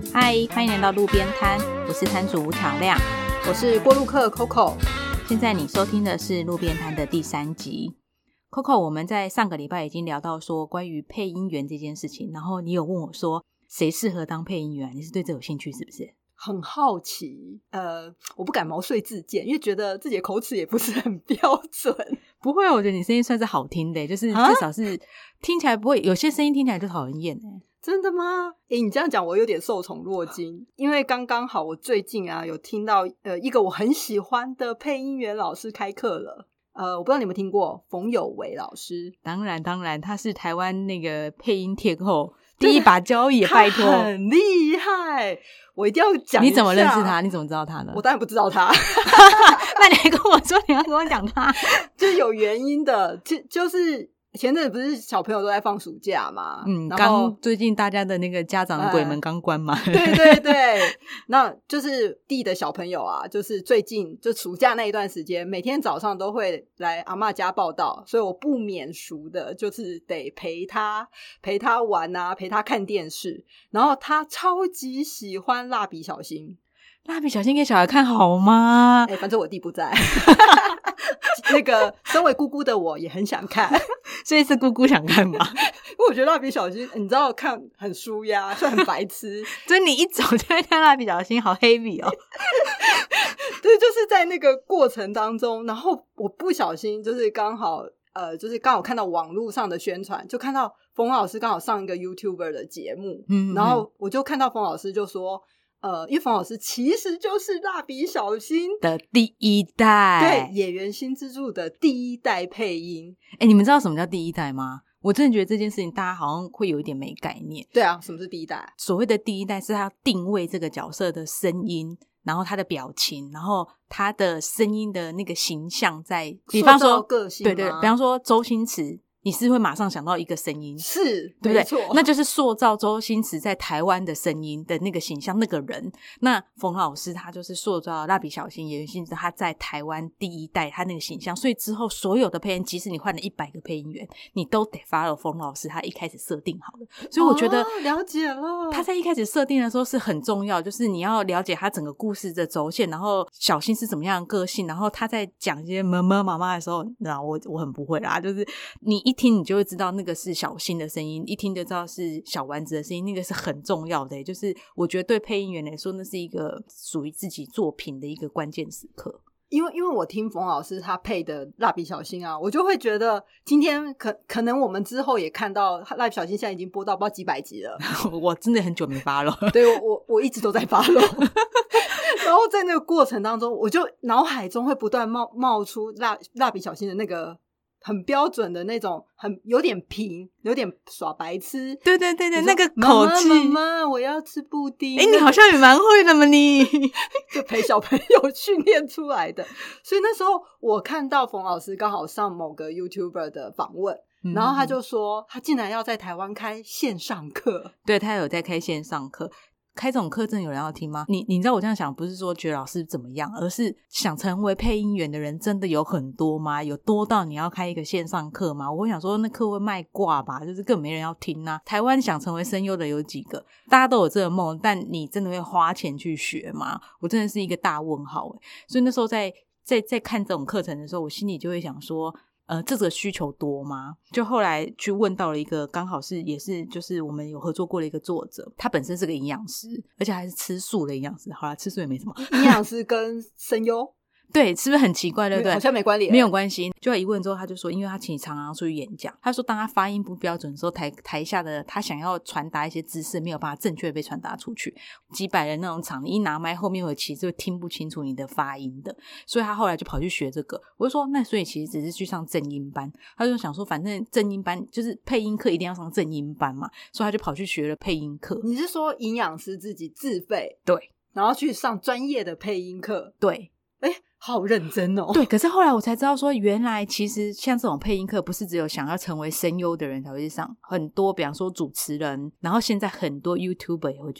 嗨，欢迎来到路边摊，我是摊主吴巧亮， 我是过路客 Coco。 现在你收听的是路边摊的第3集。Coco， 我们在上个礼拜已经聊到说关于配音员这件事情，然后你有问我说谁适合当配音员，你是对这有兴趣是不是？ 很好奇，我不敢毛遂自荐，因为觉得自己的口齿也不是很标准。 不会，我觉得你声音算是好听的，就是至少是听起来不会，有些声音听起来就讨人厌。 真的吗？你这样讲我有点受宠若惊，因为刚刚好我最近有听到一个我很喜欢的配音员老师开课了。我不知道你有没有听过冯有为老师。 当然他是台湾那个配音天后，第一把交椅，拜托， 他很厉害，我一定要讲一下。 你怎么认识他？你怎么知道他的？ 我当然不知道他。 那你还跟我说你要跟我讲他？ 就有原因的，就是前阵子不是小朋友都在放暑假嘛， 刚最近大家的那个家长的鬼门刚关嘛， 对对对，那就是弟的小朋友就是最近就暑假那一段时间，每天早上都会来阿嬷家报到，所以我不免俗的就是得陪他玩陪他看电视，然后他超级喜欢蜡笔小新。 蜡笔小新给小孩看好吗？ 反正我弟不在。那个身为姑姑的我也很想看。 所以是姑姑想看吗？ 因为我觉得蜡笔小新你知道看很舒压，虽然很白痴。 所以你一走就会看蜡笔小新，好 heavy 哦。 对，就是在那个过程当中，然后我不小心就是刚好看到网络上的宣传，就看到冯老师刚好上一个 YouTuber 的节目，然后我就看到冯老师就说因为冯老师其实就是蜡笔小新的第一代， 对，野原新之助的第一代配音。 你们知道什么叫第一代吗？我真的觉得这件事情大家好像会有一点没概念。 对啊，什么是第一代？ 所谓的第一代是他定位这个角色的声音，然后他的表情，然后他的声音的那个形象，在比方说个性吗？ 对，比方说周星驰，你是会马上想到一个声音， 是， 对不对？ 没错， 那就是塑造周星驰在台湾的声音的那个形象，那个人。那冯老师他就是塑造蜡笔小新野原新之他在台湾第一代他那个形象，所以之后所有的配音，即使你换了100个配音员，你都得 follow 冯老师他一开始设定好的。所以我觉得了解了， 他在一开始设定的时候是很重要，就是你要了解他整个故事的轴线，然后小新是怎么样的个性，然后他在讲一些妈妈的时候，然后我很不会啦，就是你一听你就会知道那个是小新的声音，一听就知道是小丸子的声音，那个是很重要的。就是我觉得对配音员来说，那是一个属于自己作品的一个关键时刻。 因为我听冯老师他配的蜡笔小新我就会觉得今天可能我们之后也看到蜡笔小新现在已经播到不知道几百集了。 我真的很久没发了。 对，我一直都在发了。然后在那个过程当中，我就脑海中会不断冒出蜡笔小新的那个很标准的那种，有点平，有点耍白痴。 对，那个口气， 妈妈我要吃布丁。 你好像也蛮会的嘛，你就陪小朋友训练出来的。所以那时候我看到冯老师刚好上某个 YouTuber 的访问，然后他就说他竟然要在台湾开线上课。 对，他有在开线上课。开这种课真的有人要听吗？你知道我这样想不是说觉得老师怎么样，而是想成为配音员的人真的有很多吗？有多到你要开一个线上课吗？我会想说那课会卖挂吧，就是根本没人要听啊。台湾想成为声优的有几个？大家都有这个梦，但你真的会花钱去学吗？我真的是一个大问号。所以那时候在看这种课程的时候，我心里就会想说这个需求多吗？就后来去问到了一个刚好也是就是我们有合作过的一个作者，他本身是个营养师，而且还是吃素的营养师。好啦，吃素也没什么。 营养师跟声优对，是不是很奇怪，对不对？ 好像没关联。 没有关系。就一问之后他就说，因为他其实常常出去演讲，他说当他发音不标准的时候，台下的他想要传达一些知识没有办法正确的被传达出去，几百人那种场，你一拿麦后面会其实会听不清楚你的发音的，所以他后来就跑去学这个。我就说那所以其实只是去上正音班，他就想说反正正音班就是配音课一定要上正音班嘛，所以他就跑去学了配音课。 你是说营养师自己自费？ 对， 然后去上专业的配音课？ 对。 好认真哦。 对，可是后来我才知道说原来其实像这种配音课不是只有想要成为声优的人才会去上，很多比方说主持人，然后现在很多 YouTuber 也会去上。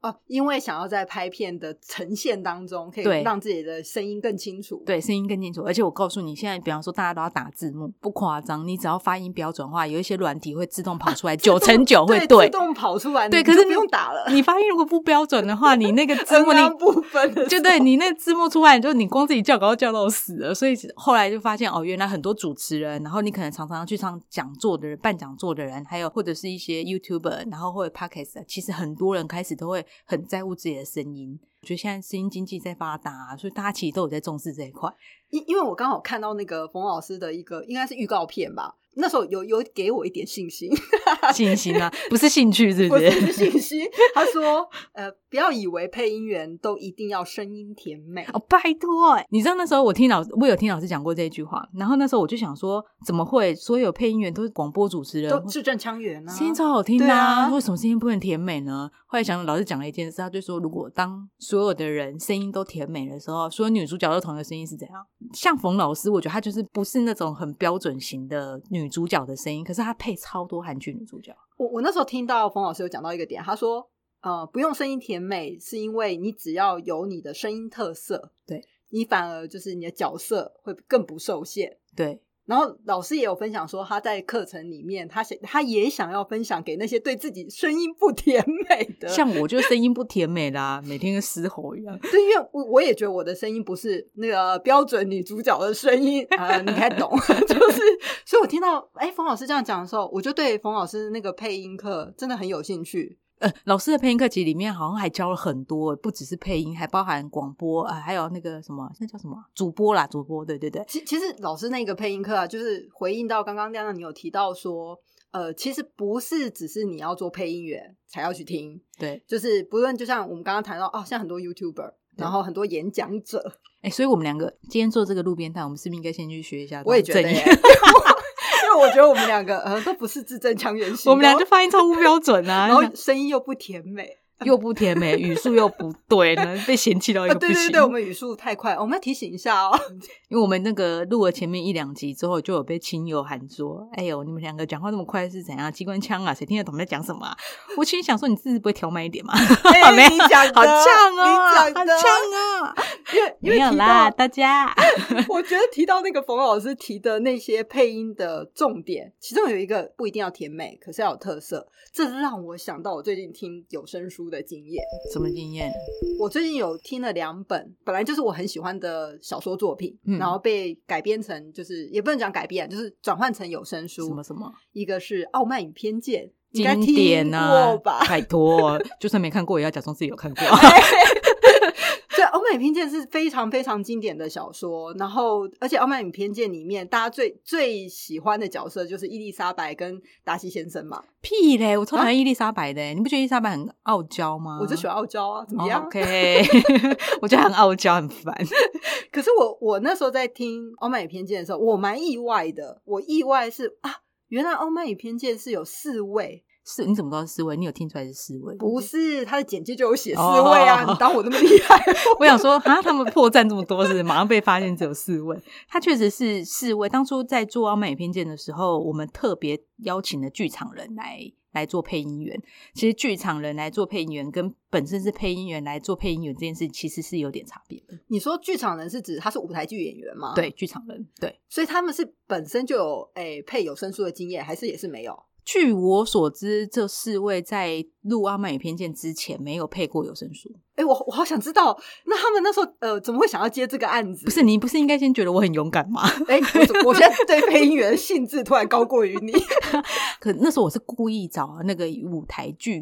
因为想要在拍片的呈现当中可以让自己的声音更清楚。 对，声音更清楚。而且我告诉你，现在比方说大家都要打字幕，不夸张，你只要发音标准的话，有一些软体会自动跑出来9成9会对， 自动跑出来， 对，可是不用打了。 你发音如果不标准的话，你那个字幕你部分的就对，你那个字幕出来，就你光自己叫稿叫到死了。所以后来就发现原来很多主持人，然后你可能常常去上讲座的人、办讲座的人，还有或者是一些 YouTuber， 然后或者 Podcast， 其实很多人开始都会很在乎自己的声音。我觉得现在声音经济在发达所以大家其实都有在重视这一块。 因为我刚好看到那个冯老师的一个应该是预告片吧，那时候有给我一点信心。 信心啊，不是兴趣是不是？ 不是信心。他说不要以为配音员都一定要声音甜美拜托你知道那时候我有听老师讲过这句话，然后那时候我就想说怎么会所有配音员都是广播主持人， 都字正腔圆啊， 声音超好听啊，为什么声音不能甜美呢？后来老师讲了一件事，他就说如果当所有的人声音都甜美的时候，所有女主角都同一个声音是怎样？像冯老师我觉得她就是不是那种很标准型的女主角的声音，可是她配超多韩剧女主角。 我那时候听到冯老师有讲到一个点，他说不用声音甜美是因为你只要有你的声音特色， 对， 你反而就是你的角色会更不受限。 对， 然后老师也有分享说他在课程里面他也想要分享给那些对自己声音不甜美的，像我就声音不甜美啦，每天跟嘶吼一样。 对，因为我也觉得我的声音不是那个标准女主角的声音你应该懂。就是所以我听到冯老师这样讲的时候，我就对冯老师那个配音课真的很有兴趣。 老师的配音课其实里面好像还教了很多，不只是配音，还包含广播还有那个什么，那叫什么主播啦，主播，对对对。 其实老师那个配音课啊，就是回应到刚刚亮亮你有提到说其实不是只是你要做配音员才要去听， 对， 就是不论就像我们刚刚谈到像很多 YouTuber， 然后很多演讲者所以我们两个今天做这个路边摊，我们是不是应该先去学一下？ 我也觉得因为我觉得我们两个都不是字正腔圆型， 我们俩就发音超不标准啊， 然后声音又不甜美， 语速又不对呢，被嫌弃到一个不行。 对，我们语速太快，我们要提醒一下因为我们那个录了前面1-2集之后，就有被亲友喊说：“哎呦，你们两个讲话那么快是怎样？机关枪啊？谁听得懂我们在讲什么啊？”我心里想说，你自己不会调慢一点吗？ 你讲的好呛啊， 好呛啊！没有啦，大家。 我觉得提到那个冯老师提的那些配音的重点，其中有一个不一定要甜美，可是要有特色。这让我想到我最近听有声书的经验。 什么经验？ 我最近有听了2本，本来就是我很喜欢的小说作品，然后被改编成，就是也不能讲改编，就是转换成有声书。 什么？ 一个是《傲慢与偏见》， 经典啊， 应该听过吧？ 拜托，就算没看过也要假装自己有看过。 对，《傲慢与偏见》是非常非常经典的小说，然后而且《傲慢与偏见》里面大家最喜欢的角色就是伊丽莎白跟达西先生嘛。 屁嘞，我超讨厌伊丽莎白的你不觉得伊丽莎白很傲娇吗？ 我就喜欢傲娇啊，怎么样 ？OK 我觉得很傲娇很烦。 可是我那时候在听《傲慢与偏见》的时候，我蛮意外的。我意外是原来《傲慢与偏见》是有4位。 是，你怎么知道是4位？你有听出来是4位？ 不是，他的简介就有写4位啊！你当我那么厉害？ 我想说他们破绽这么多，是马上被发现只有4位。他确实是4位。当初在做《傲慢与偏见》的时候，我们特别邀请了剧场人来做配音员。其实剧场人来做配音员跟本身是配音员来做配音员这件事其实是有点差别的。 你说剧场人是指他是舞台剧演员吗？ 对，剧场人，对。 所以他们是本身就有配有声书的经验，还是也是没有？ 据我所知，这4位在录《傲慢与偏见》之前没有配过有声书。 我好想知道，那他们那时候怎么会想要接这个案子？ 不是，你不是应该先觉得我很勇敢吗？ 我现在对配音员的兴致突然高过于你。 可那时候我是故意找那个舞台剧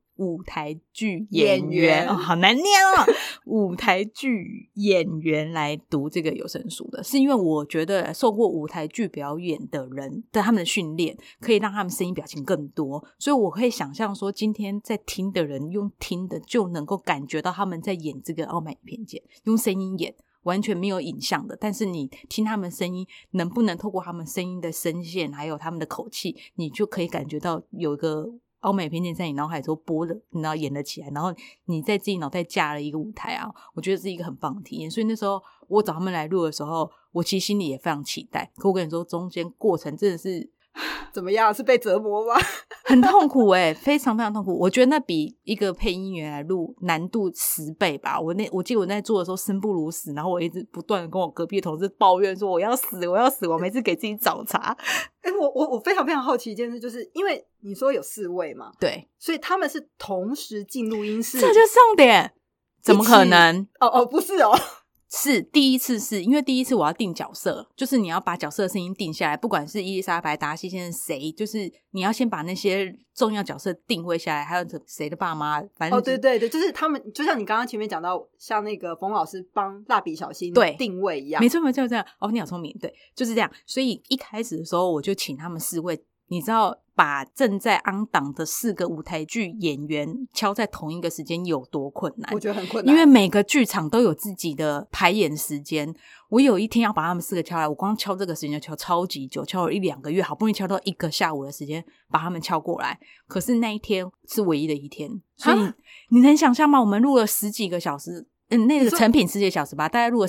演员好难念舞台剧演员来读这个有声书的，是因为我觉得受过舞台剧表演的人的他们的训练可以让他们声音表情更多，所以我可以想象说今天在听的人用听的就能够感觉到他们在演这个傲慢与偏见，用声音演完全没有影像的，但是你听他们声音能不能透过他们声音的声线还有他们的口气，你就可以感觉到有一个傲慢与偏见在你脑海中播了，然后演了起来，然后你在自己脑袋架了一个舞台啊，我觉得是一个很棒的体验。所以那时候我找他们来录的时候，我其实心里也非常期待，可我跟你说中间过程真的是怎么样？是被折磨吗？ 很痛苦非常非常痛苦。我觉得那比一个配音员来录难度10倍吧。我记得我在做的时候生不如死，然后我一直不断的跟我隔壁的同事抱怨说我要死我要死，我每次给自己找茬。 我非常非常好奇一件事，就是因为你说有4位嘛， 对， 所以他们是同时进录音室， 这就是重点。怎么可能？ 不是哦。 是第一次，是因为第一次我要定角色，就是你要把角色的声音定下来，不管是伊丽莎白、达西先生谁，就是你要先把那些重要角色定位下来，还有谁的爸妈，反正对对对，就是他们，就像你刚刚前面讲到，像那个冯老师帮蜡笔小新定位一样， 没错没错，这样你好聪明，对，就是这样。所以一开始的时候我就请他们4位，你知道把正在on档的4个舞台剧演员敲在同一个时间有多困难？ 我觉得很困难， 因为每个剧场都有自己的排演时间。我有一天要把他们4个敲来，我光敲这个时间就敲超级久，敲了1-2个月，好不容易敲到1个下午的时间把他们敲过来。可是那一天是唯一的一天，所以你能想象吗？我们录了10几个小时，那个成品10几个小时吧，大概录了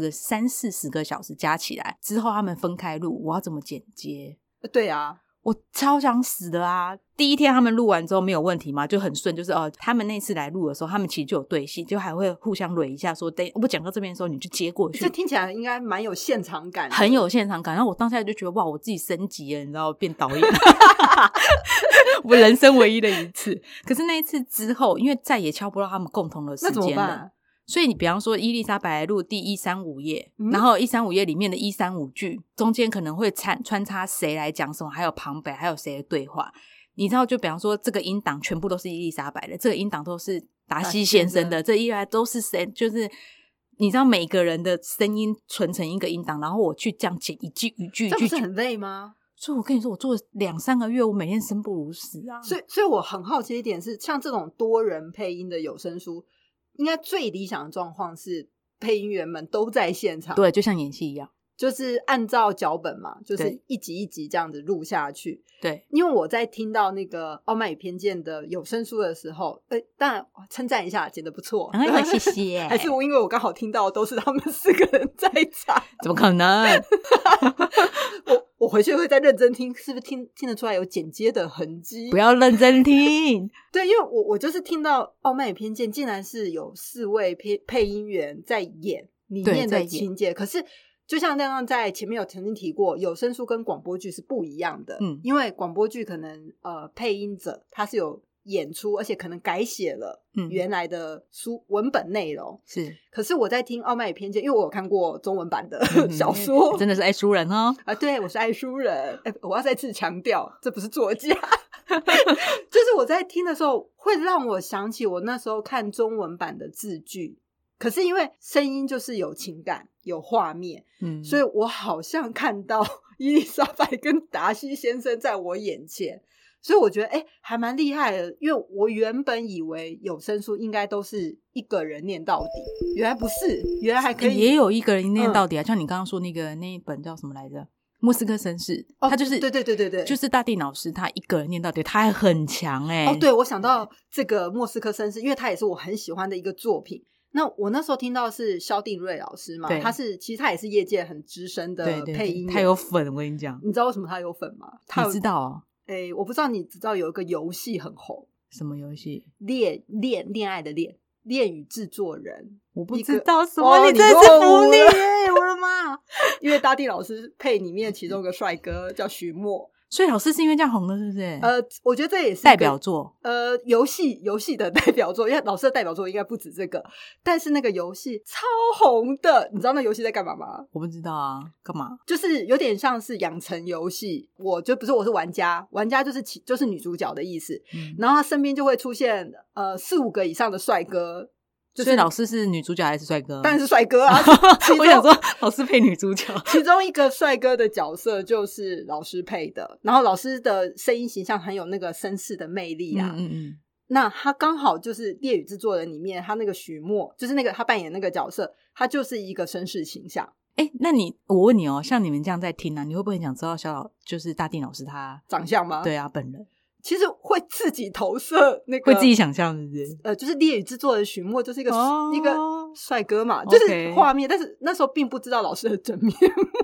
30-40个小时加起来之后，他们分开录，我要怎么剪接？ 对啊，我超想死的啊！第一天他们录完之后没有问题嘛，就很顺，就是他们那次来录的时候，他们其实就有对戏，就还会互相捋一下说，等我讲到这边的时候你就接过去。 这听起来应该蛮有现场感的， 很有现场感。然后我当下就觉得哇，我自己升级了，你知道，变导演我人生唯一的一次。可是那一次之后，因为再也敲不到他们共同的时间了， 那怎么办？ 所以你比方说伊丽莎白来录第135页，然后135页里面的135句中间可能会穿插谁来讲什么，还有旁白，还有谁的对话，你知道，就比方说这个音档全部都是伊丽莎白的，这个音档都是达西先生的，这一来都是谁，就是你知道每个人的声音存成一个音档，然后我去这样剪一句一句， 这不是很累吗？ 所以我跟你说，我做了2-3个月，我每天生不如死啊。 所以我很好奇一点是，像这种多人配音的有声书，应该最理想的状况是配音员们都在现场， 对，就像演戏一样， 就是按照脚本嘛，就是一集一集这样子录下去。 对， 因为我在听到那个《傲慢与偏见》的有声书的时候，当然称赞一下，剪得不错， 谢谢。 还是因为我刚好听到的都是他们4个人在场， 怎么可能？ 我回去会再认真听，是不是听得出来有剪接的痕迹？ 不要认真听。 对，因为我就是听到《傲慢与偏见》竟然是有4位配音员在演里面的情节，可是就像那样，在前面有曾经提过，有声书跟广播剧是不一样的。因为广播剧可能配音者他是有演出，而且可能改写了原来的书文本内容。是，可是我在听《傲慢与偏见》，因为我有看过中文版的小说， 真的是爱书人哦。 对，我是爱书人。我要再次强调，这不是作家。就是我在听的时候，会让我想起我那时候看中文版的字句。可是因为声音就是有情感有画面，所以我好像看到伊丽莎白跟达西先生在我眼前，所以我觉得还蛮厉害的。因为我原本以为有声书应该都是一个人念到底，原来不是，原来还可以也有一个人念到底啊。像你刚刚说那一本叫什么来着，莫斯科绅士，他就是对， 就是大地老师他一个人念到底，他还很强对，我想到这个莫斯科绅士，因为他也是我很喜欢的一个作品。那我那时候听到是萧定瑞老师嘛，其实他也是业界很资深的配音员， 他有粉，我跟你讲。 你知道为什么他有粉吗？ 你知道啊？ 我不知道你知道有一个游戏很红。 什么游戏？ 恋爱的恋与制作人。 我不知道什么，你真是服你耶！我的妈！ 因为大地老师配里面其中一个帅哥叫徐墨。 所以老师是因为这样红的，是不是？ 我觉得这也是代表作。 游戏的代表作，因为老师的代表作应该不止这个，但是那个游戏超红的。你知道那游戏在干嘛吗？ 我不知道啊，干嘛？ 就是有点像是养成游戏。我是玩家，玩家就是女主角的意思。然后他身边就会出现4-5个以上的帅哥。 所以老师是女主角还是帅哥？ 当然是帅哥啊！ 我想说老师配女主角， 其中一个帅哥的角色就是老师配的，然后老师的声音形象很有那个绅士的魅力啊。那他刚好就是《烈屿制作人》里面他那个许墨，就是那个他扮演那个角色，他就是一个绅士形象。 那我问你哦，像你们这样在听啊，你会不会很想知道就是大定老师他长相吗？ 对啊，本人。 其实会自己投射那个， 会自己想象，是不是？ 就是《烈屿制作人》许墨就是一个帅哥嘛，就是画面，但是那时候并不知道老师的真面目。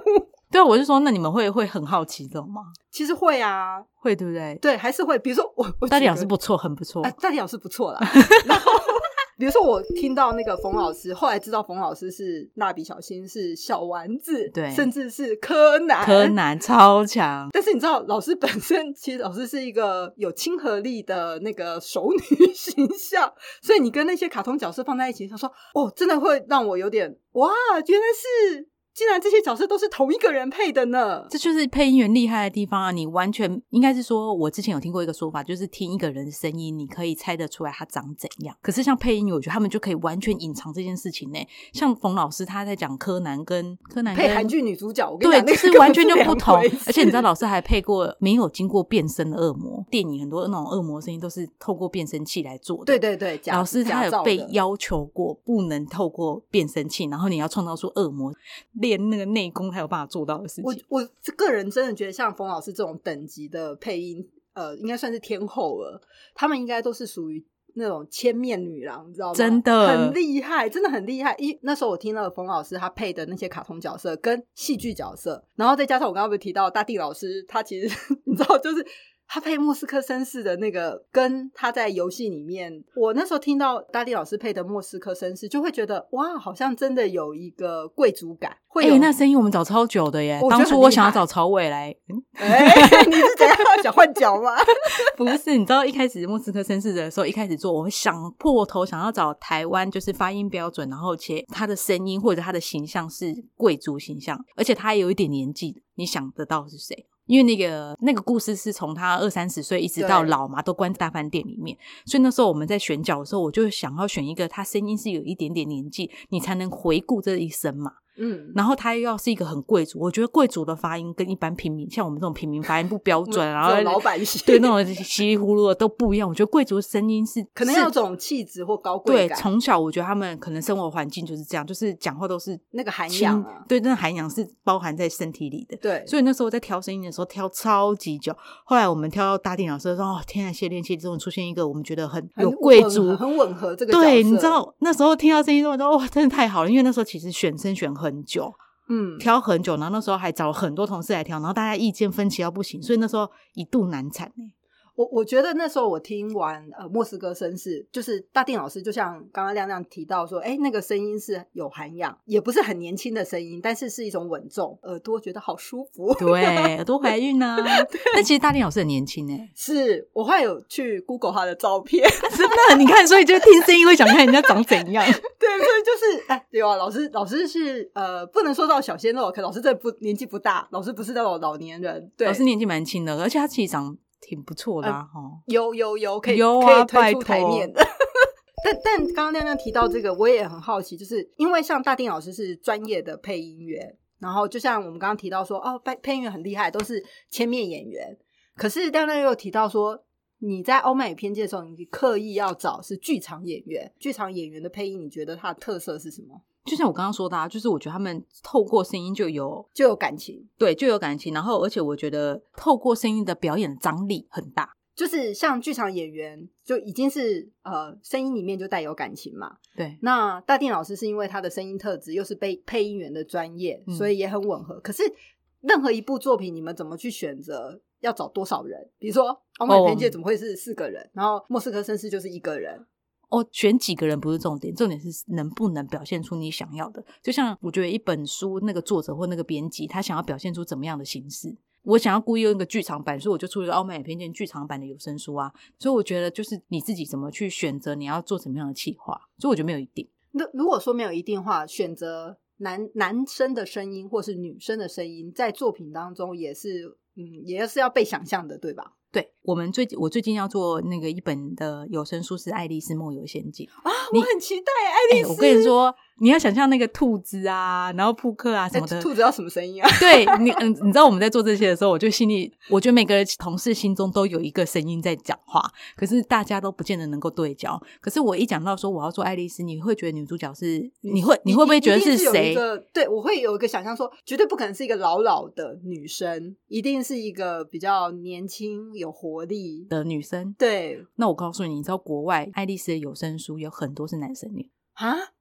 对啊，我是说那你们会很好奇这种吗？ 其实会啊， 会对不对？ 对，还是会。比如说我大地老师不错，很不错。 大地老师不错啦。然后比如说我听到那个冯老师，后来知道冯老师是蜡笔小新，是小丸子， 对， 甚至是柯南。 柯南超强。 但是你知道老师本身其实老师是一个有亲和力的那个熟女形象，所以你跟那些卡通角色放在一起，他说哦，真的会让我有点哇，原来是竟然这些角色都是同一个人配的呢。 这就是配音员厉害的地方啊！你完全应该是说，我之前有听过一个说法，就是听一个人的声音，你可以猜得出来他长怎样。可是像配音员，我觉得他们就可以完全隐藏这件事情呢。像冯老师他在讲柯南跟配韩剧女主角，我跟你讲， 对，就是完全就不同。而且你知道，老师还配过没有经过变声的恶魔。电影很多那种恶魔声音都是透过变声器来做的。 对对对， 老师他有被要求过，不能透过变声器，然后你要创造出恶魔。练那个内功才有办法做到的事情。 我个人真的觉得像冯老师这种等级的配音应该算是天后了，他们应该都是属于那种千面女郎，你知道吗？ 真的很厉害，真的很厉害。那时候我听了冯老师他配的那些卡通角色跟戏剧角色，然后再加上我刚刚不是提到大地老师，他其实你知道就是他配莫斯科绅士的那个，跟他在游戏里面，我那时候听到大地老师配的莫斯科绅士，就会觉得哇，好像真的有一个贵族感。 那声音我们找超久的耶！当初我想要找曹伟来， 你是怎样想换角吗？ 不是，你知道一开始莫斯科绅士的时候，一开始做，我们想破头想要找台湾就是发音标准，然后且他的声音或者他的形象是贵族形象，而且他也有一点年纪，你想得到是谁？因为那个故事是从他20-30岁一直到老嘛，都关在大饭店里面，所以那时候我们在选角的时候，我就想要选一个他声音是有一点点年纪，你才能回顾这一生嘛。然后他又要是一个很贵族，我觉得贵族的发音跟一般平民，像我们这种平民发音不标准，然后老百姓对那种稀里糊涂的都不一样。我觉得贵族声音是可能要有种气质或高贵感。 对，从小我觉得他们可能生活环境就是这样，就是讲话都是那个涵养啊， 对，那个涵养是包含在身体里的。 对， 所以那时候在挑声音的时候挑超级久，后来我们挑到大地老师说，哦，天啊，谢练气之后出现一个我们觉得很有贵族很吻合这个角色。 对，你知道那时候听到声音之后我说哇，真的太好了，因为那时候其实选声选很久。挑很久，然后那时候还找了很多同事来挑，然后大家意见分歧到不行，所以那时候一度难产我觉得那时候我听完莫斯科绅士，就是大定老师就像刚刚亮亮提到说，那个声音是有涵养，也不是很年轻的声音，但是是一种稳重，耳朵觉得好舒服。 对，耳朵怀孕啊。但其实大定老师很年轻是我还有去 Google 他的照片。 真的，你看，所以就听声音会想看人家长怎样。 对，所以就是对啊，老师是不能说到小鲜肉，可老师真的年纪不大，老师不是那种老年人。对， 老师年纪蛮轻的，而且他其实长挺不错的有可以推出台面的。但刚刚亮亮提到这个，我也很好奇，就是因为像大定老师是专业的配音员，然后就像我们刚刚提到说，配音员很厉害，都是千面演员。可是亮亮又提到说，你在欧美偏见的时候，你刻意要找是剧场演员，剧场演员的配音，你觉得它的特色是什么？ 就像我刚刚说的就是我觉得他们透过声音就有感情。 对，就有感情，然后而且我觉得透过声音的表演张力很大， 就是像剧场演员就已经是声音里面就带有感情嘛。 对， 那大定老师是因为他的声音特质又是配音员的专业，所以也很吻合。可是任何一部作品你们怎么去选择要找多少人？比如说欧美偏见怎么会是4个人，然后莫斯科绅士就是1个人。 选几个人不是重点，重点是能不能表现出你想要的。就像我觉得一本书那个作者或那个编辑他想要表现出怎么样的形式，我想要故意用一个剧场版，所以我就出了一个欧美偏见剧场版的有声书啊。所以我觉得就是你自己怎么去选择你要做什么样的企划，所以我觉得没有一定。 如果说没有一定的话，选择男生的声音或是女生的声音在作品当中也是要被想象的，对吧？ 对，我最近要做那个一本的有声书是《爱丽丝梦游仙境》 啊，我很期待爱丽丝。 我跟你说，你要想象那个兔子啊，然后扑克啊什么的， 兔子要什么声音啊？ 对，你知道我们在做这些的时候，我觉得每个同事心中都有一个声音在讲话，可是大家都不见得能够对焦。可是我一讲到说我要做爱丽丝，你会觉得女主角是你会不会觉得是谁？ 对，我会有一个想象说，绝对不可能是一个老的女生，一定是一个比较年轻有活力的女生。 对， 那我告诉你，你知道国外爱丽丝的有声书有很多是男生念啊？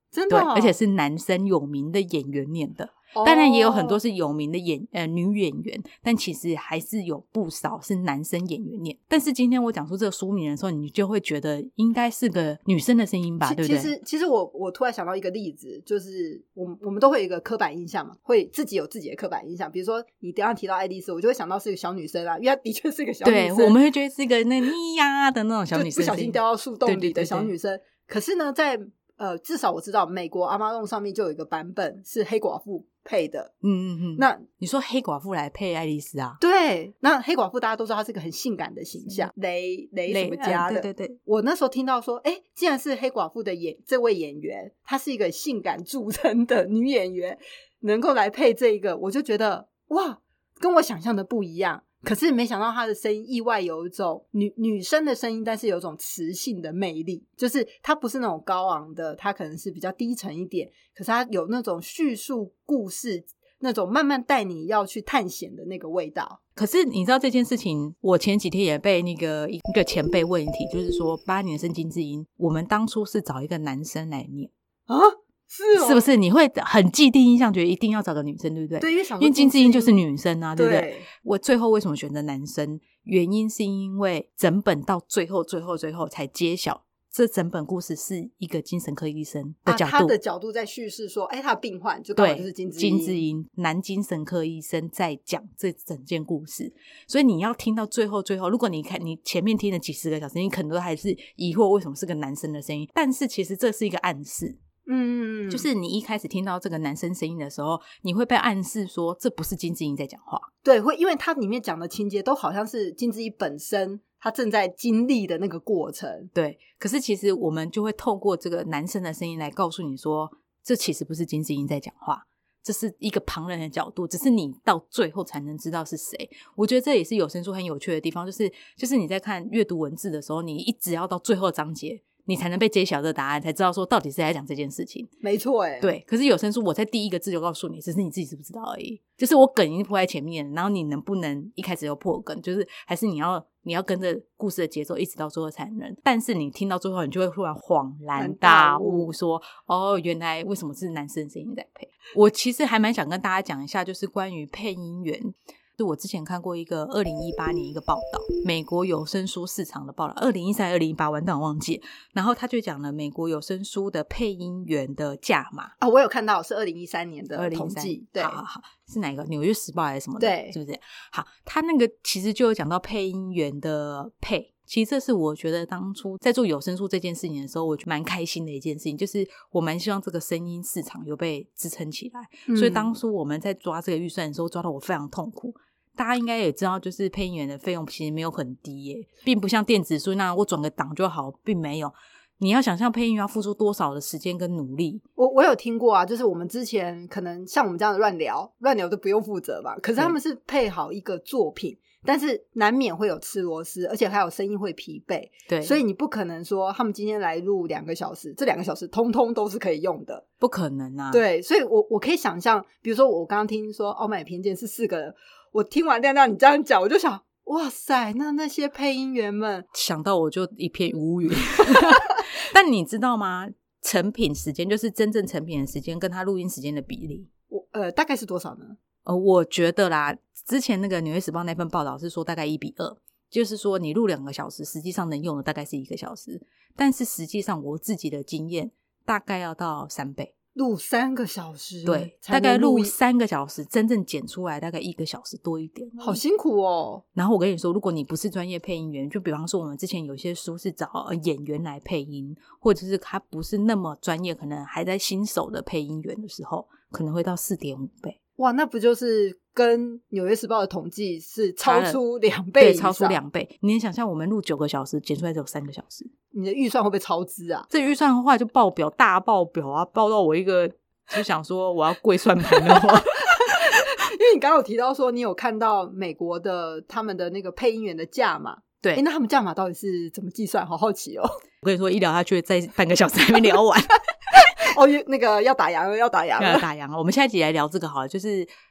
真的、 对，而且是男生有名的演员念的。当然也有很多是有名的女演员，但其实还是有不少是男生演员念。但是今天我讲出这个书名的时候，你就会觉得应该是个女生的声音吧，对不对？ 其实我突然想到一个例子，就是我们都会有一个刻板印象嘛，会自己有自己的刻板印象。比如说你刚刚提到爱丽丝，我就会想到是一个小女生啊，因为她的确是一个小女生， 对，我们会觉得是一个那咿呀的那种小女生， 不小心掉到树洞里的小女生。 对对对对。 可是呢，在至少我知道美国 Amazon 上面就有一个版本是黑寡妇配的。那你说黑寡妇来配爱丽丝啊？ 对，那黑寡妇大家都知道她是个很性感的形象，雷什么家的。 对对对， 我那时候听到说既然是黑寡妇的这位演员，她是一个性感著称的女演员，能够来配这个，我就觉得哇，跟我想象的不一样。可是没想到她的声音意外有一种女生的声音，但是有一种磁性的魅力，就是她不是那种高昂的，她可能是比较低沉一点，可是她有那种叙述故事，那种慢慢带你要去探险的那个味道。 可是你知道这件事情，我前几天也被一个前辈问一题，就是说8年生金智英，我们当初是找一个男生来念啊？ 是不是你会很既定印象觉得一定要找个女生，对不对？ 对，因为金智英就是女生啊，对不对？ 对， 我最后为什么选择男生，原因是因为整本到最后才揭晓，这整本故事是一个精神科医生的角度， 他的角度在叙事说他的病患就刚好就是金智英， 男精神科医生在讲这整件故事。所以你要听到最后，如果你前面听了几十个小时，你可能都还是疑惑为什么是个男生的声音，但是其实这是一个暗示。就是你一开始听到这个男生声音的时候，你会被暗示说这不是金智英在讲话。 对，会，因为它里面讲的情节都好像是金智英本身他正在经历的那个过程。 对，可是其实我们就会透过这个男生的声音来告诉你说，这其实不是金智英在讲话，这是一个旁人的角度，只是你到最后才能知道是谁。我觉得这也是有声书很有趣的地方，就是你在看阅读文字的时候，你一直要到最后章节你才能被揭晓这个答案，才知道说到底是在讲这件事情。 没错对，可是有声书我在第一个字就告诉你，只是你自己知不知道而已。就是我梗已经铺在前面，然后你能不能一开始就破梗，就是还是你要跟着故事的节奏一直到最后才能。但是你听到最后你就会突然恍然大悟说原来为什么是男生声音在配。我其实还蛮想跟大家讲一下，就是关于配音员，是我之前看过一个2018年一个报道，美国有声书市场的报道，2013、2018完蛋忘记，然后他就讲了美国有声书的配音员的价码啊，我有看到是2013年的统计，对， 好，是哪个纽约时报还是什么的， 对， 是不是？好，他那个其实就有讲到配音员的配。其实这是我觉得当初在做有声书这件事情的时候，我觉得蛮开心的一件事情，就是我蛮希望这个声音市场有被支撑起来，所以当初我们在抓这个预算的时候抓到我非常痛苦。大家应该也知道，就是配音员的费用其实没有很低耶，并不像电子书那样我转个档就好，并没有。你要想象配音员要付出多少的时间跟努力。 我有听过啊，就是我们之前可能像我们这样的乱聊都不用负责嘛，可是他们是配好一个作品，但是难免会有吃螺丝，而且还有声音会疲惫， 对， 所以你不可能说他们今天来录2个小时，这2个小时通通都是可以用的， 不可能啊。 对，所以我可以想象，比如说我刚刚听说傲慢与偏见是4个人，我听完亮亮你这样讲，我就想哇塞，那些配音员们， 想到我就一片无语但你知道吗，成品时间就是真正成品的时间跟他录音时间的比例， 大概是多少呢？ 我觉得啦，之前那个纽约时报那份报道是说大概1:2，就是说你录2个小时实际上能用的大概是1个小时，但是实际上我自己的经验大概要到3倍， 录3个小时， 对，大概录3个小时，真正剪出来大概1个小时多一点， 好辛苦哦。 然后我跟你说，如果你不是专业配音员，就比方说我们之前有些书是找演员来配音，或者是他不是那么专业，可能还在新手的配音员的时候，可能会到4.5倍。 哇，那不就是跟纽约时报的统计是超出2倍以上？ 对，超出2倍。你能想象我们录9个小时剪出来只有3个小时， 你的预算会不会超支啊？ 这预算的话就爆表，大爆表啊，爆到我一个就想说我要跪算盘的话因为你刚刚有提到说你有看到美国的他们的那个配音员的价码， 对， 那他们价码到底是怎么计算？好好奇哦。 我跟你说，一聊下去再半个小时还没聊完哦，那个要打烊了，要打烊了。 我们下一集来聊这个好了，就是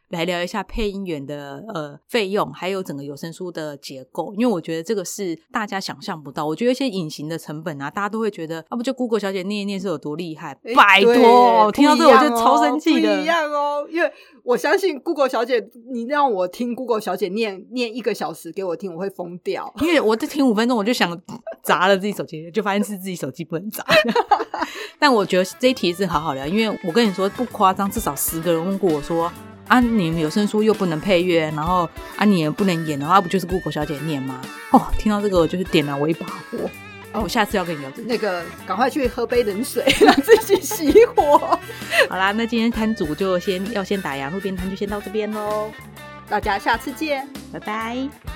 来聊一下配音员的费用，还有整个有声书的结构，因为我觉得这个是大家想象不到。我觉得一些隐形的成本啊，大家都会觉得不就 Google 小姐念一念是有多厉害，拜托，听到这个我就超生气的。 不一样哦，因为我相信 Google 小姐，你让我听 Google 小姐念1个小时给我听，我会疯掉。 因为我在听5分钟，我就想砸了自己手机，就发现是自己手机不能砸。但我觉得这一题是好好聊，因为我跟你说不夸张，至少10个人问过我说你们有声书又不能配乐，然后你也不能演的话，不就是 Google 小姐念吗？听到这个我就是点燃我一把火。我下次要跟你聊这个。 那个赶快去喝杯冷水让自己熄火。 好啦，那今天摊主就先打烊，路边摊就先到这边咯， 大家下次见， 拜拜。